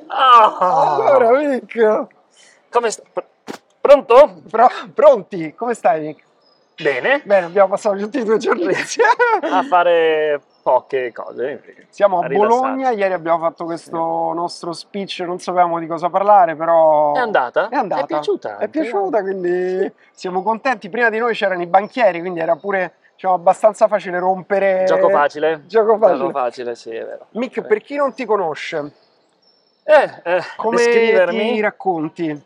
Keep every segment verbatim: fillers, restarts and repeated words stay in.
Ah! Allora, Nick, Come sta? Pr- Pronto? Pro- pronti? Come stai, Nick? Bene. Bene, abbiamo passato tutti e due giorni insieme. A fare poche cose. Siamo a rilassarci. Bologna, ieri abbiamo fatto questo nostro speech, non sapevamo di cosa parlare, però... È andata? È andata. È piaciuta È anche, piaciuta, quindi siamo contenti. Prima di noi c'erano i banchieri, quindi era pure, diciamo, abbastanza facile rompere... Gioco facile? Gioco facile. Gioco facile, sì, è vero. Mick, per chi non ti conosce, Eh, eh, come descrivermi? ti racconti?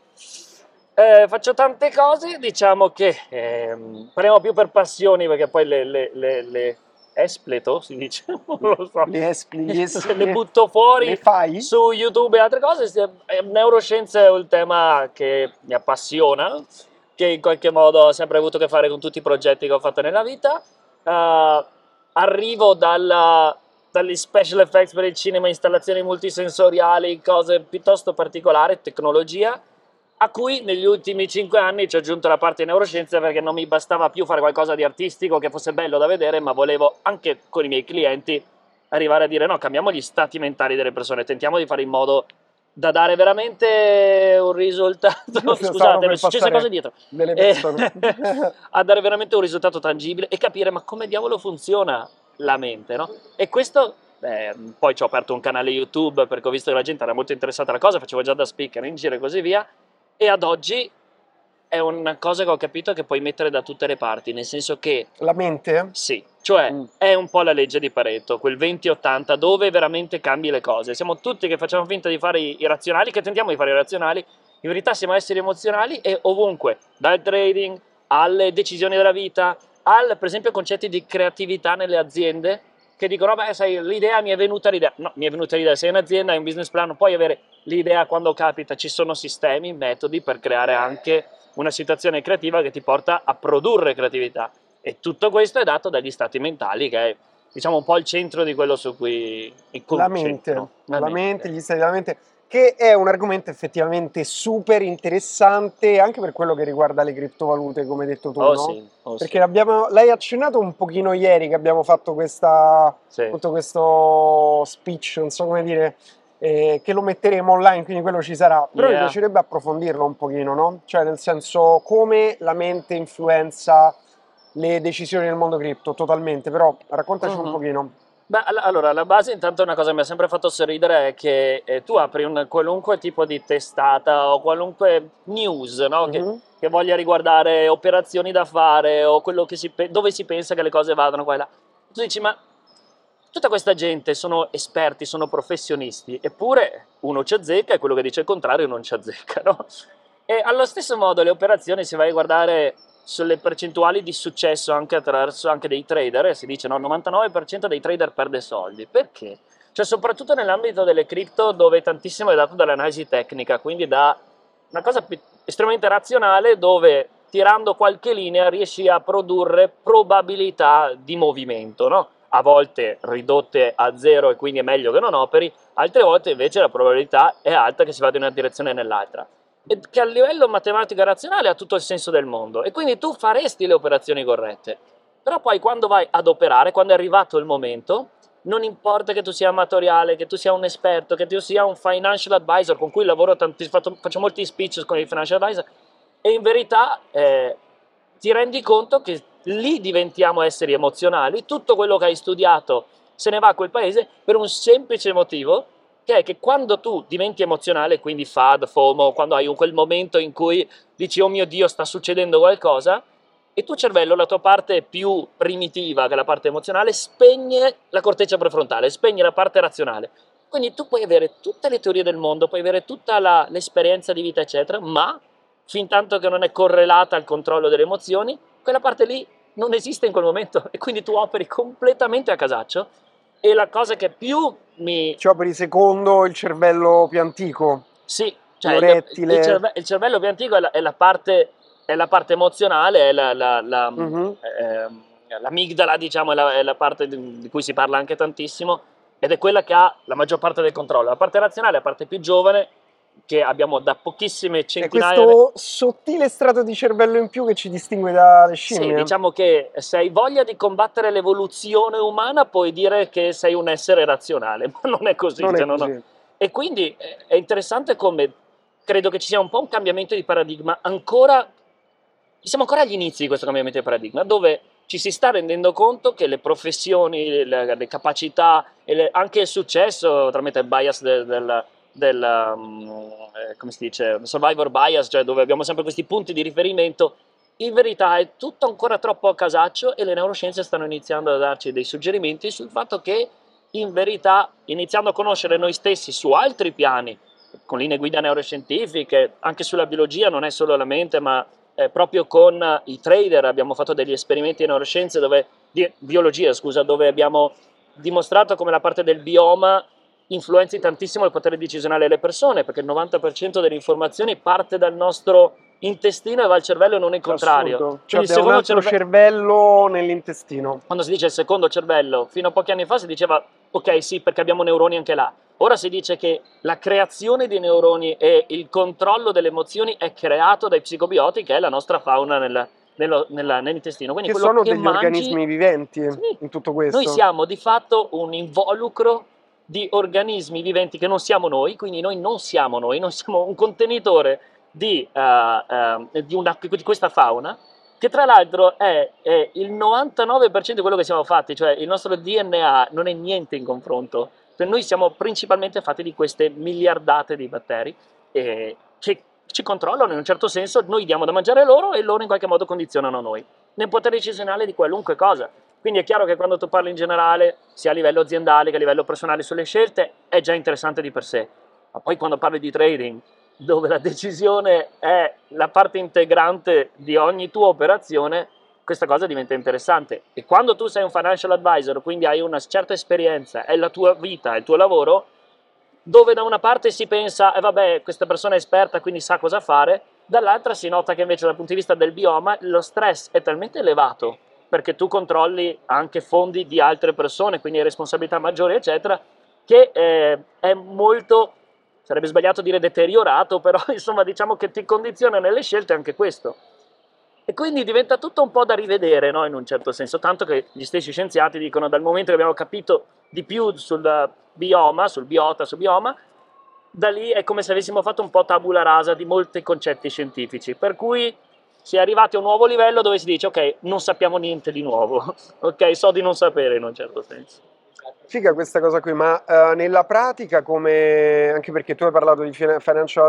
Eh, faccio tante cose, diciamo che ehm, parliamo più per passioni, perché poi le, le, le, le espleto, si dice, non lo so, Le espli- gli es- le butto fuori le fai? su YouTube e altre cose. Se- eh, Neuroscienze è un tema che mi appassiona, che in qualche modo ho sempre avuto a che fare con tutti i progetti che ho fatto nella vita. Eh, arrivo dalla, dagli special effects per il cinema, installazioni multisensoriali, cose piuttosto particolari, tecnologia, a cui negli ultimi cinque anni ci ho aggiunto la parte di neuroscienze, perché non mi bastava più fare qualcosa di artistico che fosse bello da vedere, ma volevo anche con i miei clienti arrivare a dire no, cambiamo gli stati mentali delle persone, tentiamo di fare in modo da dare veramente un risultato. Stavano Scusate, per mi sono successe passare cose dietro. delle Eh, persone. a dare veramente un risultato tangibile e capire ma come diavolo funziona la mente, no? E questo, eh, poi ci ho aperto un canale YouTube perché ho visto che la gente era molto interessata alla cosa, facevo già da speaker in giro e così via, e ad oggi è una cosa che ho capito che puoi mettere da tutte le parti, nel senso che La mente? sì, cioè Mm. è un po' la legge di Pareto, quel venti ottanta dove veramente cambi le cose. Siamo tutti che facciamo finta di fare i, i razionali, che tentiamo di fare i razionali, in verità siamo esseri emozionali e ovunque, dal trading alle decisioni della vita, al per esempio concetti di creatività nelle aziende, che dicono, beh, sai, l'idea mi è venuta l'idea. No, mi è venuta l'idea, sei un'azienda, hai un business plan, non puoi avere l'idea quando capita, ci sono sistemi, metodi per creare anche una situazione creativa che ti porta a produrre creatività. E tutto questo è dato dagli stati mentali, che è, diciamo, un po' il centro di quello su cui mi La concentro. mente, la mente, gli stati della mente, che è un argomento effettivamente super interessante anche per quello che riguarda le criptovalute, come hai detto tu, Oh no? sì, oh Perché sì. l'abbiamo, l'hai accennato un pochino ieri che abbiamo fatto questa, Sì. tutto questo speech, non so come dire, eh, che lo metteremo online, quindi quello ci sarà. Però mi Yeah. piacerebbe approfondirlo un pochino, no? Cioè nel senso come la mente influenza le decisioni nel mondo cripto, totalmente, però raccontaci un Mhm. pochino. Beh, all- allora, alla base intanto una cosa che mi ha sempre fatto sorridere è che eh, tu apri un qualunque tipo di testata o qualunque news, no? che, Mhm. che voglia riguardare operazioni da fare o quello che si pe- dove si pensa che le cose vadano qua e là. Tu dici, ma tutta questa gente sono esperti, sono professionisti, eppure uno ci azzecca e quello che dice il contrario non ci azzecca, no? E allo stesso modo le operazioni, se vai a guardare sulle percentuali di successo anche attraverso anche dei trader, e si dice no, il novantanove per cento dei trader perde soldi. Perché? Cioè soprattutto nell'ambito delle cripto, dove tantissimo è dato dall'analisi tecnica, quindi da una cosa più- estremamente razionale, dove tirando qualche linea riesci a produrre probabilità di movimento, no? A volte ridotte a zero e quindi è meglio che non operi, altre volte invece la probabilità è alta che si vada in una direzione o nell'altra, e che a livello matematico e razionale ha tutto il senso del mondo, e quindi tu faresti le operazioni corrette. Però poi quando vai ad operare, quando è arrivato il momento, non importa che tu sia amatoriale, che tu sia un esperto, che tu sia un financial advisor, con cui lavoro tanti, faccio, faccio molti speech con i financial advisor, e in verità eh, ti rendi conto che lì diventiamo esseri emozionali, tutto quello che hai studiato se ne va a quel paese per un semplice motivo, che è che quando tu diventi emozionale, quindi F A D, FOMO, quando hai quel momento in cui dici oh mio Dio sta succedendo qualcosa, il tuo cervello, la tua parte più primitiva, che è la parte emozionale, spegne la corteccia prefrontale, spegne la parte razionale. Quindi tu puoi avere tutte le teorie del mondo, puoi avere tutta la, l'esperienza di vita, eccetera, ma fin tanto che non è correlata al controllo delle emozioni, quella parte lì non esiste in quel momento e quindi tu operi completamente a casaccio. E la cosa che più mi... Cioè per il secondo il cervello più antico, Sì, cioè quello il, il, rettile. cerve- il cervello più antico è la, è la parte, è la parte emozionale, è la, la, la, Mhm. ehm, l'amigdala, diciamo, è la, è la parte di, di cui si parla anche tantissimo, ed è quella che ha la maggior parte del controllo. La parte razionale è la parte più giovane, che abbiamo da pochissime È centinaia... questo sottile strato di cervello in più che ci distingue dalle Sì, scimmie. diciamo che se hai voglia di combattere l'evoluzione umana puoi dire che sei un essere razionale, ma non è così. Non è Cioè non, così. E quindi eh, è interessante come credo che ci sia un po' un cambiamento di paradigma ancora, siamo ancora agli inizi di questo cambiamento di paradigma, dove ci si sta rendendo conto che le professioni, le, le capacità e le- anche il successo tramite il bias del, del, del, um, eh, come si dice, survivor bias, cioè dove abbiamo sempre questi punti di riferimento, in verità è tutto ancora troppo a casaccio e le neuroscienze stanno iniziando a darci dei suggerimenti sul fatto che in verità, iniziando a conoscere noi stessi su altri piani, con linee guida neuroscientifiche, anche sulla biologia, non è solo la mente, ma eh, proprio con i trader abbiamo fatto degli esperimenti in neuroscienze dove, di biologia, scusa, dove abbiamo dimostrato come la parte del bioma influenzi tantissimo il potere decisionale delle persone, perché il novanta per cento delle informazioni parte dal nostro intestino e va al cervello e non il contrario. Assurdo. Cioè Quindi il abbiamo un secondo altro cerve- cervello nell'intestino. quando si dice il secondo cervello, fino a pochi anni fa si diceva ok sì perché abbiamo neuroni anche là, ora si dice che la creazione di neuroni e il controllo delle emozioni è creato dai psicobioti, che è la nostra fauna nel- nello- nella- nell'intestino, quindi Che quello sono che degli mangi, organismi viventi sì, in tutto noi questo. siamo di fatto un involucro di organismi viventi che non siamo noi, quindi noi non siamo noi, non siamo un contenitore di, eh, eh, di, una, di questa fauna, che tra l'altro è, è il novantanove per cento di quello che siamo fatti, cioè il nostro D N A non è niente in confronto, cioè noi siamo principalmente fatti di queste miliardate di batteri eh, che ci controllano in un certo senso, noi diamo da mangiare loro e loro in qualche modo condizionano noi, nel potere decisionale di qualunque cosa. Quindi è chiaro che quando tu parli in generale, sia a livello aziendale che a livello personale sulle scelte, è già interessante di per sé. Ma poi quando parli di trading, dove la decisione è la parte integrante di ogni tua operazione, questa cosa diventa interessante. E quando tu sei un financial advisor, quindi hai una certa esperienza, è la tua vita, è il tuo lavoro, dove da una parte si pensa, eh vabbè, questa persona è esperta, quindi sa cosa fare, dall'altra si nota che invece dal punto di vista del bioma lo stress è talmente elevato, perché tu controlli anche fondi di altre persone, quindi hai responsabilità maggiori, eccetera, che eh, è molto, sarebbe sbagliato dire deteriorato, però insomma diciamo che ti condiziona nelle scelte anche questo. E quindi diventa tutto un po' da rivedere, no? In un certo senso, tanto che gli stessi scienziati dicono dal momento che abbiamo capito di più sul bioma, sul biota, sul bioma, da lì è come se avessimo fatto un po' tabula rasa di molti concetti scientifici, per cui si è arrivati a un nuovo livello dove si dice ok, non sappiamo niente di nuovo, ok, so di non sapere in un certo senso. Figa questa cosa qui, ma eh, nella pratica come, anche perché tu hai parlato di fina- financial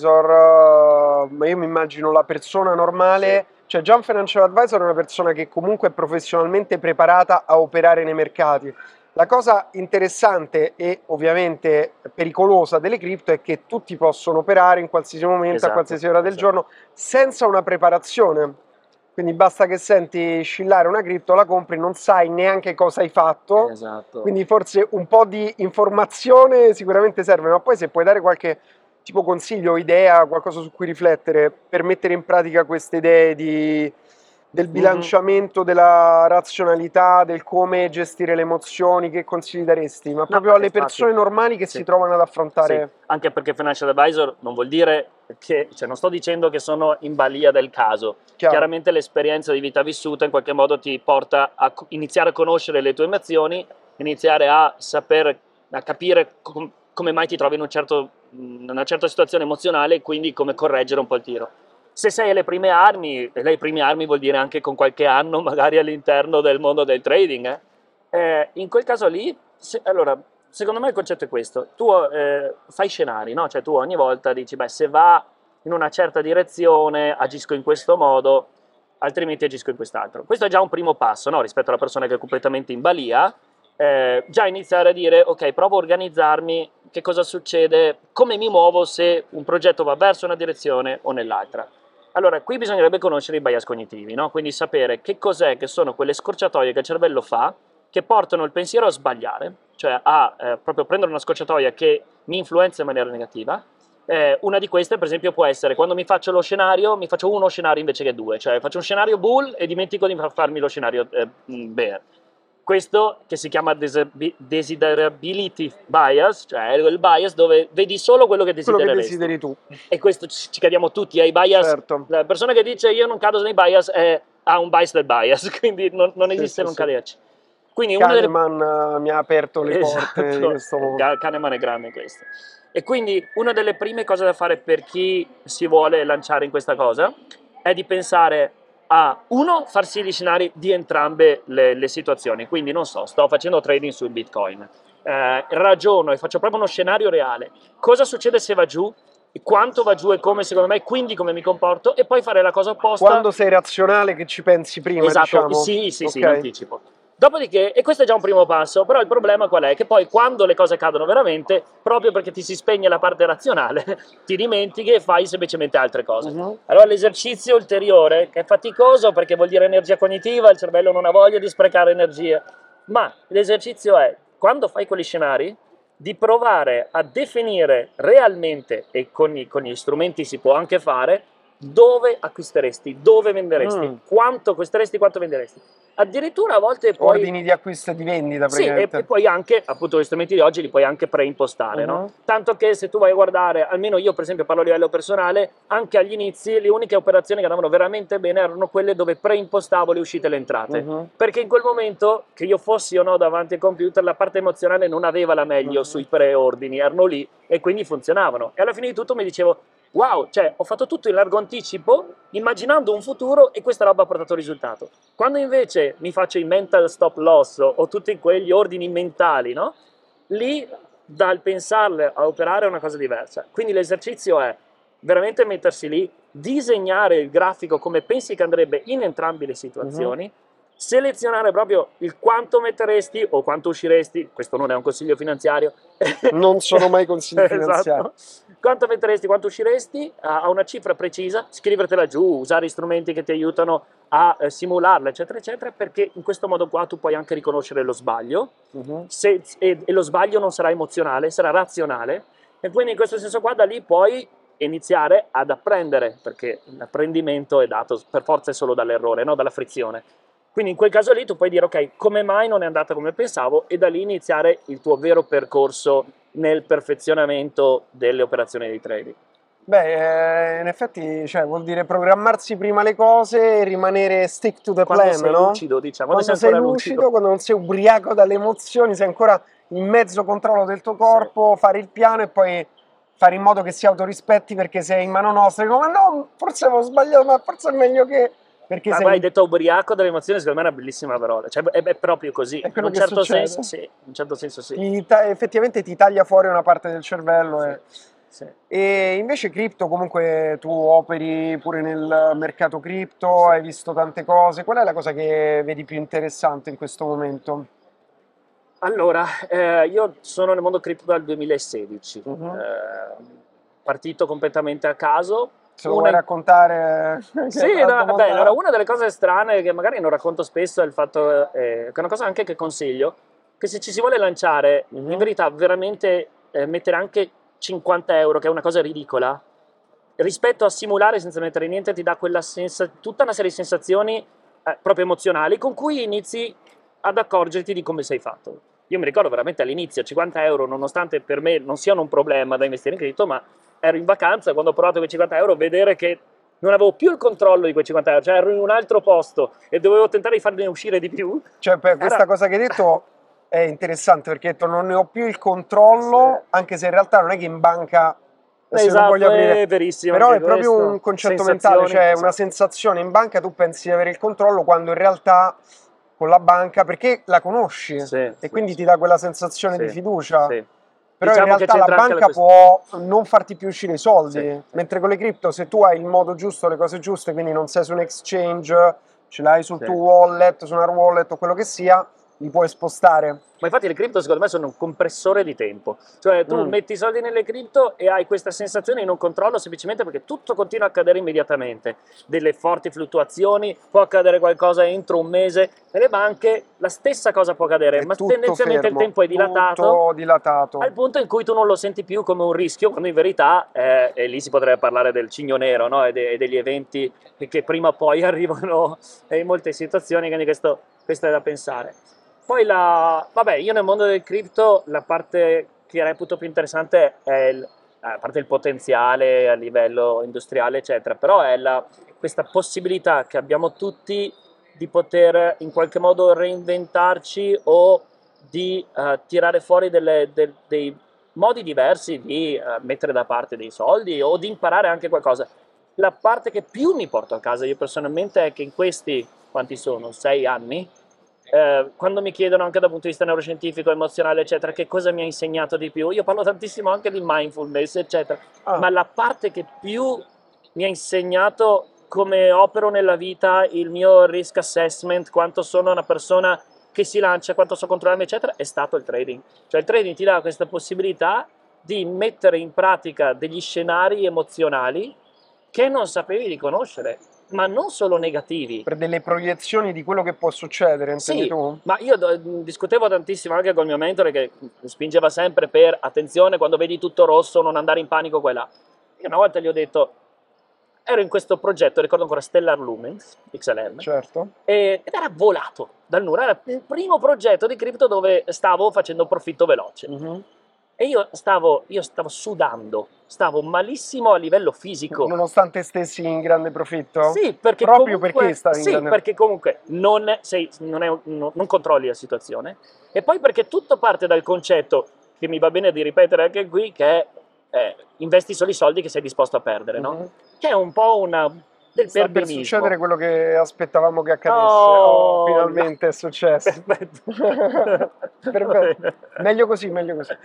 advisor, eh, ma io mi immagino la persona normale, cioè già un financial advisor è una persona che comunque è professionalmente preparata a operare nei mercati. La cosa interessante e ovviamente pericolosa delle cripto è che tutti possono operare in qualsiasi momento, a Esatto, qualsiasi ora del esatto. giorno, senza una preparazione. Quindi basta che senti scillare una cripto, la compri, non sai neanche cosa hai fatto. Esatto. Quindi forse un po' di informazione sicuramente serve, ma poi se puoi dare qualche tipo consiglio, idea, qualcosa su cui riflettere per mettere in pratica queste idee di, del bilanciamento, della razionalità, del come gestire le emozioni, che consigli daresti? Ma No, proprio alle infatti, persone normali che sì, si trovano ad sì, affrontare... anche perché financial advisor non vuol dire che, cioè non sto dicendo che sono in balia del caso, Chiaro. chiaramente l'esperienza di vita vissuta in qualche modo ti porta a co- iniziare a conoscere le tue emozioni, iniziare a saper, a capire com- come mai ti trovi in un certo, in una certa situazione emozionale e quindi come correggere un po' il tiro. Se sei alle prime armi, e le prime armi vuol dire anche con qualche anno magari all'interno del mondo del trading, eh, eh, in quel caso lì, se- allora, secondo me il concetto è questo, tu eh, fai scenari, no? Cioè tu ogni volta dici, beh, se va in una certa direzione agisco in questo modo, altrimenti agisco in quest'altro. Questo è già un primo passo, no? Rispetto alla persona che è completamente in balia, eh, già iniziare a dire, ok, provo a organizzarmi, che cosa succede, come mi muovo se un progetto va verso una direzione o nell'altra. Allora, qui bisognerebbe conoscere i bias cognitivi, no? Quindi sapere che cos'è che sono quelle scorciatoie che il cervello fa che portano il pensiero a sbagliare, cioè a eh, proprio prendere una scorciatoia che mi influenza in maniera negativa. Eh, una di queste, per esempio, può essere quando mi faccio lo scenario, mi faccio uno scenario invece che due, cioè faccio un scenario bull e dimentico di farmi lo scenario eh, bear. Questo che si chiama desiderability bias, cioè il bias dove vedi solo quello che Quello che desidereresti. desideri tu. E questo ci ci cadiamo tutti ai bias. Certo. La persona che dice io non cado nei bias è, ha un bias del bias, quindi non, non Sì, esiste sì, non sì. caderci. Quindi una delle... Kahneman eh, mi ha aperto le porte di Esatto, questo mondo. Ga- Kahneman è grande in questo. E quindi una delle prime cose da fare per chi si vuole lanciare in questa cosa è di pensare a, uno, farsi gli scenari di entrambe le, le situazioni. Quindi, non so, sto facendo trading su Bitcoin, eh, ragiono e faccio proprio uno scenario reale. Cosa succede se va giù? Quanto va giù e come secondo me, quindi come mi comporto, e poi fare la cosa opposta. Quando sei razionale che ci pensi prima, Esatto, diciamo. sì, sì, sì, in Ok. anticipo. Dopodiché, e questo è già un primo passo, però il problema qual è? Che poi quando le cose cadono veramente, proprio perché ti si spegne la parte razionale, ti dimentichi e fai semplicemente altre cose. Mhm. Allora l'esercizio ulteriore, che è faticoso perché vuol dire energia cognitiva, il cervello non ha voglia di sprecare energia, ma l'esercizio è, quando fai quegli scenari, di provare a definire realmente, e con, i, con gli strumenti si può anche fare, dove acquisteresti, dove venderesti, Mm. quanto acquisteresti, quanto venderesti. Addirittura a volte puoi... Ordini di acquisto e di vendita, Sì, e, praticamente. e poi anche, appunto, gli strumenti di oggi li puoi anche preimpostare, no? Mhm. Tanto che se tu vai a guardare, almeno io per esempio parlo a livello personale, anche agli inizi le uniche operazioni che andavano veramente bene erano quelle dove preimpostavo le uscite e le entrate. Mhm. Perché in quel momento, che io fossi o no davanti al computer, la parte emozionale non aveva la meglio Mhm. sui preordini, erano lì e quindi funzionavano. E alla fine di tutto mi dicevo, wow, cioè ho fatto tutto in largo anticipo, immaginando un futuro e questa roba ha portato risultato. Quando invece mi faccio i mental stop loss o tutti quegli ordini mentali, no? Lì dal pensarle a operare è una cosa diversa. Quindi l'esercizio è veramente mettersi lì, disegnare il grafico come pensi che andrebbe in entrambe le situazioni, selezionare proprio il quanto metteresti o quanto usciresti, questo non è un consiglio finanziario. Non sono mai consigli finanziari. Esatto. Quanto metteresti, quanto usciresti, a a una cifra precisa, scrivertela giù, usare strumenti che ti aiutano a eh, simularla, eccetera, eccetera, perché in questo modo qua tu puoi anche riconoscere lo sbaglio, Mhm. se- e, e lo sbaglio non sarà emozionale, sarà razionale, e quindi in questo senso qua da lì puoi iniziare ad apprendere, perché l'apprendimento è dato per forza solo dall'errore, no? Dalla frizione. Quindi in quel caso lì tu puoi dire ok, come mai non è andata come pensavo, e da lì iniziare il tuo vero percorso nel perfezionamento delle operazioni di trading. Beh, eh, in effetti, cioè, vuol dire programmarsi prima le cose e rimanere stick to the Quando plan, sei no? lucido, diciamo, quando, Quando sei sei ancora lucido, lucido. quando non sei ubriaco dalle emozioni, sei ancora in mezzo controllo del tuo corpo, fare il piano e poi fare in modo che si autorispetti perché sei in mano nostra. Dico, ma no, forse avevo sbagliato, ma forse è meglio che... Perché Ma sei... guarda, hai detto ubriaco delle emozioni, secondo me è una bellissima parola. Cioè, è, è proprio così. È In quello un che certo succede. senso, sì. In un certo senso, sì. Ti ta- effettivamente ti taglia fuori una parte del cervello. Sì, E... sì. E invece cripto, comunque tu operi pure nel mercato cripto, Sì. hai visto tante cose. Qual è la cosa che vedi più interessante in questo momento? Allora, eh, io sono nel mondo cripto dal duemilasedici, Mhm. eh, partito completamente a caso. Se lo Una vuoi in- raccontare, che è Sì, la no, beh, allora, domanda... una delle cose strane che magari non racconto spesso è il fatto, eh, che è una cosa anche che consiglio, che se ci si vuole lanciare, in Mhm. verità veramente eh, mettere anche cinquanta euro, che è una cosa ridicola, rispetto a simulare senza mettere niente, ti dà quella sensa- tutta una serie di sensazioni eh, proprio emozionali con cui inizi ad accorgerti di come sei fatto. Io mi ricordo veramente all'inizio cinquanta euro, nonostante per me non siano un problema da investire in cripto, ma ero in vacanza quando ho provato quei cinquanta euro, vedere che non avevo più il controllo di quei cinquanta euro, cioè ero in un altro posto e dovevo tentare di farne uscire di più. Cioè, per questa Era... cosa che hai detto è interessante perché hai detto non ne ho più il controllo, Sì. anche se in realtà non è che in banca, adesso non voglio Esatto, aprire, è verissimo però anche è proprio un questo. concetto mentale, Sensazioni, cioè una esatto. sensazione in banca tu pensi di avere il controllo quando in realtà con la banca, perché la conosci Sì, e sì, quindi sì. ti dà quella sensazione di Sì, fiducia, sì. però in Diciamo che realtà la c'entra anche la banca questione. può non farti più uscire i soldi, Sì, sì, mentre con le cripto se tu hai il modo giusto, le cose giuste, quindi non sei su un exchange, ce l'hai sul sì. tuo wallet, su una wallet o quello che sia, li puoi spostare. Ma infatti le cripto secondo me sono un compressore di tempo, cioè tu Mm. metti i soldi nelle cripto e hai questa sensazione di non controllo semplicemente perché tutto continua a accadere immediatamente, delle forti fluttuazioni, può accadere qualcosa entro un mese, nelle banche la stessa cosa può accadere, È ma tutto tendenzialmente il fermo, tempo è dilatato tutto dilatato. al punto in cui tu non lo senti più come un rischio, quando in verità, eh, e lì si potrebbe parlare del cigno nero, no? e, de- e degli eventi che prima o poi arrivano in molte situazioni, quindi questo, questo è da pensare. Poi la, vabbè, io nel mondo del cripto la parte che reputo più interessante è il, a parte il potenziale a livello industriale, eccetera, però è la, questa possibilità che abbiamo tutti di poter in qualche modo reinventarci o di uh, tirare fuori delle, del, dei modi diversi di uh, mettere da parte dei soldi o di imparare anche qualcosa. La parte che più mi porto a casa io personalmente è che in questi, quanti sono? Sei anni? Eh, quando mi chiedono anche dal punto di vista neuroscientifico, emozionale, eccetera, che cosa mi ha insegnato di più, io parlo tantissimo anche di mindfulness, eccetera, Ah. ma la parte che più mi ha insegnato come opero nella vita, il mio risk assessment, quanto sono una persona che si lancia, quanto so controllarmi, eccetera, è stato il trading. Cioè il trading ti dà questa possibilità di mettere in pratica degli scenari emozionali che non sapevi di conoscere, ma non solo negativi. Per delle proiezioni di quello che può succedere, intendi Sì, tu? ma io do- discutevo tantissimo anche col mio mentore che spingeva sempre per attenzione, quando vedi tutto rosso non andare in panico qua e là. Io una volta gli ho detto, ero in questo progetto, ricordo ancora Stellar Lumens, X L M, Certo. e- ed era volato dal nulla, era il primo progetto di cripto dove stavo facendo profitto veloce. Mhm. E io stavo, io stavo sudando, stavo malissimo a livello fisico. Nonostante stessi in grande profitto? Sì, perché Proprio comunque, perché stavi in sì, grande perché comunque non, sei, non, è, non, non controlli la situazione, e poi perché tutto parte dal concetto, che mi va bene di ripetere anche qui, che è eh, investi solo i soldi che sei disposto a perdere, no? Mhm. Che è un po' una, del Sta per perbenismo. succedere quello che aspettavamo che accadesse. Oh, Oh, finalmente no. è successo. Perfetto. Perfetto. Meglio così, meglio così.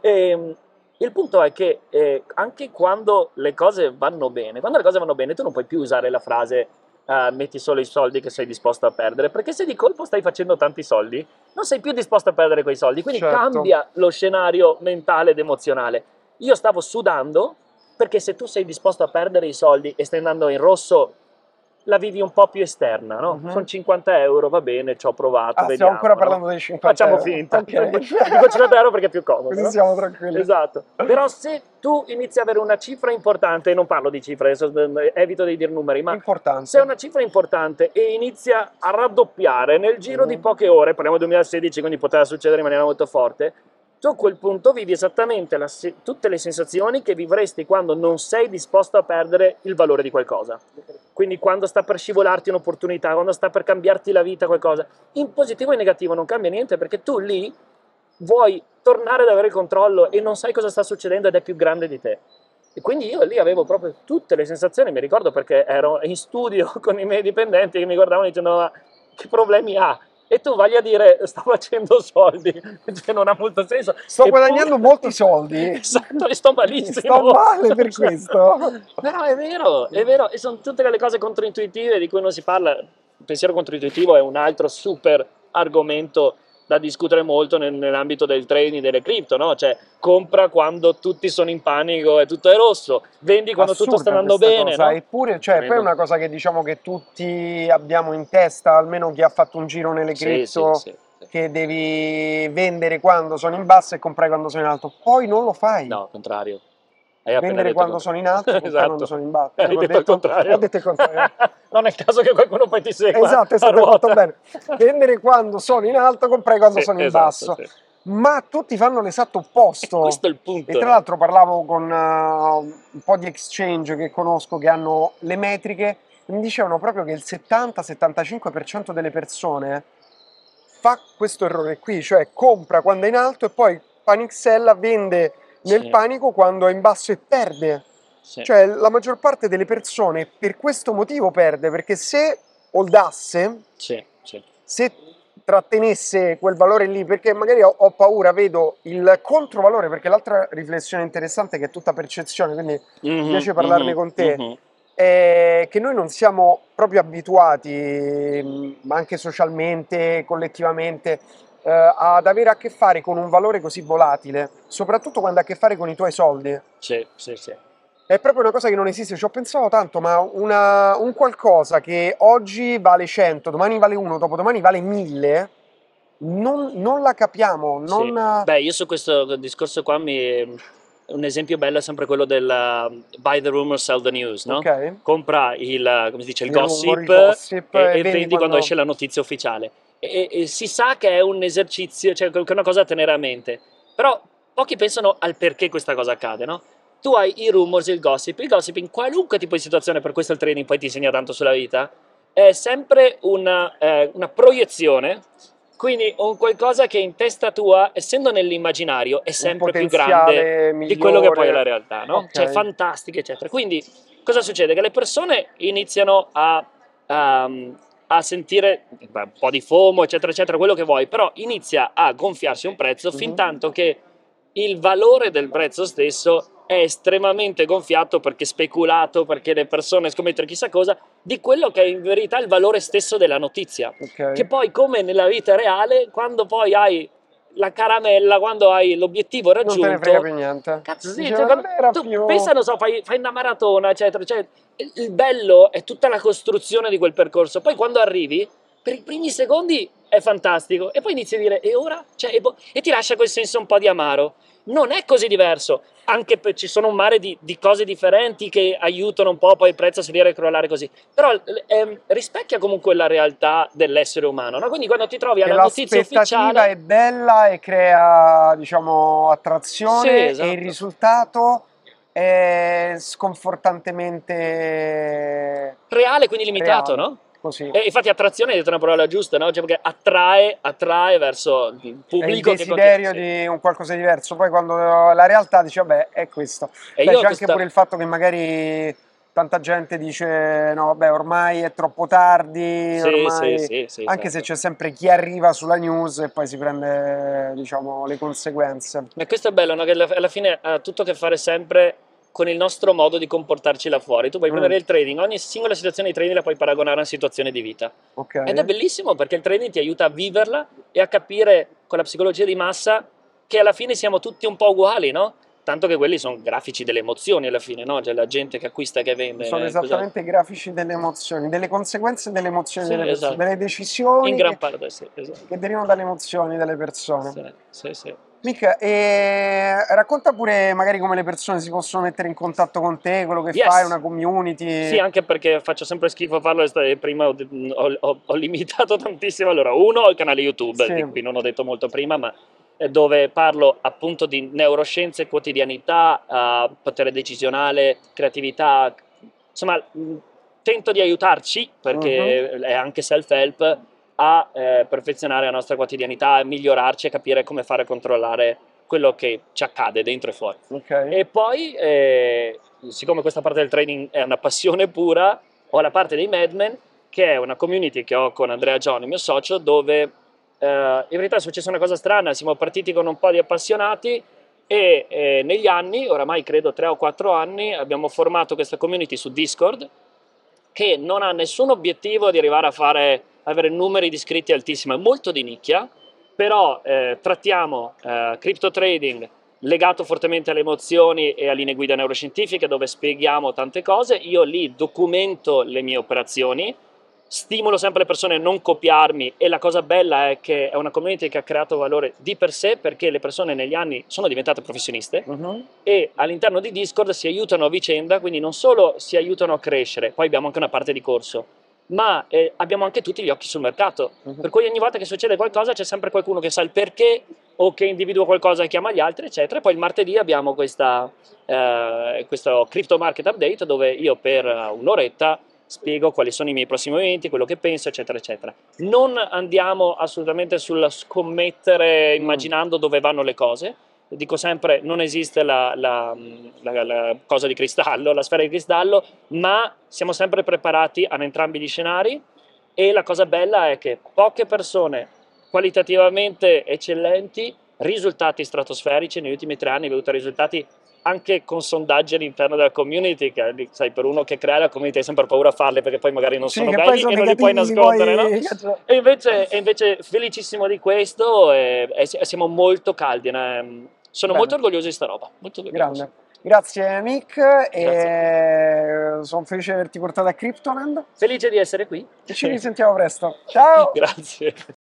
E, il punto è che eh, anche quando le cose vanno bene, quando le cose vanno bene, tu non puoi più usare la frase uh, metti solo i soldi che sei disposto a perdere, perché se di colpo stai facendo tanti soldi, non sei più disposto a perdere quei soldi, quindi Certo. cambia lo scenario mentale ed emozionale. Io stavo sudando perché se tu sei disposto a perdere i soldi e stai andando in rosso, la vivi un po' più esterna, no? Mhm. Sono cinquanta euro, va bene, ci ho provato, Ah, stiamo vediamo. ancora no? parlando dei cinquanta Facciamo euro. finta. Ok. Dico cinquanta euro perché è più comodo. Così no? siamo tranquilli. Esatto. Però se tu inizi ad avere una cifra importante, non parlo di cifre, adesso evito di dire numeri, ma Importante. se è una cifra importante e inizia a raddoppiare nel giro Mhm. di poche ore, parliamo del duemilasedici, quindi poteva succedere in maniera molto forte, tu a quel punto vivi esattamente la, tutte le sensazioni che vivresti quando non sei disposto a perdere il valore di qualcosa. Quindi quando sta per scivolarti un'opportunità, quando sta per cambiarti la vita qualcosa, in positivo e in negativo non cambia niente, perché tu lì vuoi tornare ad avere il controllo e non sai cosa sta succedendo ed è più grande di te. E quindi io lì avevo proprio tutte le sensazioni, mi ricordo perché ero in studio con i miei dipendenti che mi guardavano dicendo ma che problemi ha? E tu vai a dire sto facendo soldi, cioè non ha molto senso. Sto Eppure... guadagnando molti soldi. Esatto, e sto malissimo. Sto male per questo. Però è vero, è vero, e sono tutte le cose controintuitive di cui non si parla. Il pensiero controintuitivo è un altro super argomento da discutere molto nel, nell'ambito del trading delle cripto, no? Cioè, compra quando tutti sono in panico e tutto è rosso, vendi quando Assurda tutto sta andando questa bene, cosa. no? Eppure, cioè, poi è una cosa che diciamo che tutti abbiamo in testa, almeno chi ha fatto un giro nelle Sì, cripto, sì, sì, sì. che devi vendere quando sono in basso e comprare quando sono in alto. Poi non lo fai. No, al contrario. Hai appena Vendere detto quando il sono in alto e comprare esatto. quando sono in basso. Hai Ho detto il contrario. Ho detto il contrario. Non è il caso che qualcuno poi ti segua Esatto, a esatto, hai ruota. fatto bene. Vendere quando sono in alto, comprare quando Sì, sono in esatto, basso. sì. Ma tutti fanno l'esatto E opposto. questo è il punto. E tra l'altro parlavo con uh, un po' di exchange che conosco che hanno le metriche e mi dicevano proprio che il settanta settantacinque per cento delle persone fa questo errore qui, cioè compra quando è in alto e poi panicsella, vende nel Sì. panico quando è in basso e perde. Sì. Cioè la maggior parte delle persone per questo motivo perde, perché se holdasse, Sì, sì. se trattenesse quel valore lì, perché magari ho, ho paura, vedo il controvalore, perché l'altra riflessione interessante è che è tutta percezione, quindi mm-hmm, mi piace parlarne mm-hmm, con te, mm-hmm. è che noi non siamo proprio abituati, ma anche socialmente, collettivamente, eh, ad avere a che fare con un valore così volatile, soprattutto quando ha a che fare con i tuoi soldi. Sì, sì, sì. È proprio una cosa che non esiste, ci ho pensato tanto, ma una, un qualcosa che oggi vale cento, domani vale uno, dopodomani vale mille, non, non la capiamo. Non... Sì. Beh, io su questo discorso qua mi... un esempio bello è sempre quello del uh, buy the rumor, sell the news, no? Okay. Compra il, come si dice, il, Il gossip, rumor, il gossip, e, e e vendi vendi quando... quando- esce la notizia ufficiale. E, e- e si sa che è un esercizio, cioè che è una cosa da tenere a mente. Però pochi pensano al perché questa cosa accade, no? Tu hai i rumors, il gossip, il gossip in qualunque tipo di situazione, per questo il trading poi ti insegna tanto sulla vita, è sempre una, eh, una proiezione, quindi un qualcosa che in testa tua, essendo nell'immaginario, è sempre più grande di quello che poi è la realtà, no? Ok. Cioè fantastica, eccetera. Quindi cosa succede? Che le persone iniziano a, a, a sentire beh, un po' di FOMO, eccetera, eccetera, quello che vuoi, però inizia a gonfiarsi un prezzo Mhm. fin tanto che il valore del prezzo stesso è estremamente gonfiato perché speculato, perché le persone scommettono chissà cosa, di quello che è in verità il valore stesso della notizia. Ok. Che poi, come nella vita reale, quando poi hai la caramella, quando hai l'obiettivo Non te ne frega raggiunto, più niente. cazzo sì, Dice, cioè, ma non quando- era tu più... pensa, non so, fai, fai una maratona, eccetera, cioè, il il bello è tutta la costruzione di quel percorso, poi quando arrivi, per i primi secondi è fantastico, e poi inizi a dire, e ora? Cioè, e, boh, e ti lascia quel senso un po' di amaro. Non è così diverso, anche per, ci sono un mare di, di cose differenti che aiutano un po' poi il prezzo a salire e crollare così, però ehm, rispecchia comunque la realtà dell'essere umano, no? Quindi quando ti trovi Che alla notizia l'aspettativa è ufficiale, bella e crea, diciamo, sì, attrazione e il esatto, risultato è sconfortantemente reale, quindi limitato, reale. no? Così. E infatti attrazione è detto una parola giusta, no? Cioè perché attrae, attrae verso il È il pubblico che continua. desiderio Sì. di un qualcosa di diverso. Poi quando la realtà dice, vabbè, è questo. E Beh, io ho c'è anche questa. pure il fatto che magari tanta gente dice, no, vabbè, ormai è troppo tardi, Sì, sì, ormai... sì, sì, Anche se certo. c'è sempre chi arriva sulla news e poi si prende, diciamo, le conseguenze. Ma questo è bello, no? Che alla alla fine ha tutto a che fare sempre con il nostro modo di comportarci là fuori. Tu puoi Mm, prendere il trading, ogni singola situazione di trading la puoi paragonare a una situazione di vita. ok. Ed è bellissimo perché il trading ti aiuta a viverla e a capire con la psicologia di massa che alla fine siamo tutti un po' uguali, no? Tanto che quelli sono grafici delle emozioni alla fine, no? Cioè la gente che acquista e che Sono vende. eh, cosa- esattamente i grafici delle emozioni, delle conseguenze delle emozioni Sì, delle persone, esatto. delle In decisioni gran che, parte sì, esatto. che derivano dalle emozioni delle persone. Sì, sì, sì. Mica, e racconta pure magari come le persone si possono mettere in contatto con te, quello che fai, Yes! una Sì, community. anche perché faccio sempre schifo a farlo e prima ho, ho- ho- ho limitato tantissimo. Allora, uno, ho il canale YouTube, Sì. di cui non ho detto molto prima, ma è dove parlo appunto di neuroscienze, quotidianità, eh, potere decisionale, creatività. Insomma, mh, tento di aiutarci, Mhm. perché è anche self-help, a eh, perfezionare la nostra quotidianità, a migliorarci e capire come fare a controllare quello che ci accade dentro e fuori. Ok. E poi, eh, siccome questa parte del trading è una passione pura, ho la parte dei Madmen, che è una community che ho con Andrea Gioni, mio socio, dove eh, in verità è successa una cosa strana, siamo partiti con un po' di appassionati e eh, negli anni, oramai credo tre o quattro anni, abbiamo formato questa community su Discord, che non ha nessun obiettivo di arrivare a fare, avere numeri di iscritti altissimi, è molto di nicchia, però eh, trattiamo eh, crypto trading legato fortemente alle emozioni e a linee guida neuroscientifiche dove spieghiamo tante cose, io lì documento le mie operazioni, stimolo sempre le persone a non copiarmi e la cosa bella è che è una community che ha creato valore di per sé perché le persone negli anni sono diventate professioniste Mhm. e all'interno di Discord si aiutano a vicenda, quindi non solo si aiutano a crescere, poi abbiamo anche una parte di corso, ma eh, abbiamo anche tutti gli occhi sul mercato, Mhm. per cui ogni volta che succede qualcosa c'è sempre qualcuno che sa il perché o che individua qualcosa e chiama gli altri, eccetera. E poi il martedì abbiamo questa, eh, questo Crypto Market Update dove io per un'oretta spiego quali sono i miei prossimi movimenti, quello che penso, eccetera, eccetera. Non andiamo assolutamente sul scommettere Mm. immaginando dove vanno le cose. Dico sempre, non esiste la, la, la, la cosa di cristallo, la sfera di cristallo, ma siamo sempre preparati ad entrambi gli scenari e la cosa bella è che poche persone qualitativamente eccellenti, risultati stratosferici negli ultimi tre anni, abbiamo avuto risultati anche con sondaggi all'interno della community, che sai, per uno che crea la community hai sempre paura a farle perché poi magari non Sì, sono che poi belli sono e non li puoi negativi, li nascondere, no? vuoi... E invece, e invece felicissimo di questo e, e siamo molto caldi, né? Sono molto Bene, orgoglioso di sta roba, molto orgoglioso. grande. Grazie Mick Grazie. e sono felice di averti portato a Cryptoland Felice di essere qui. e ci risentiamo presto. Ciao! Grazie.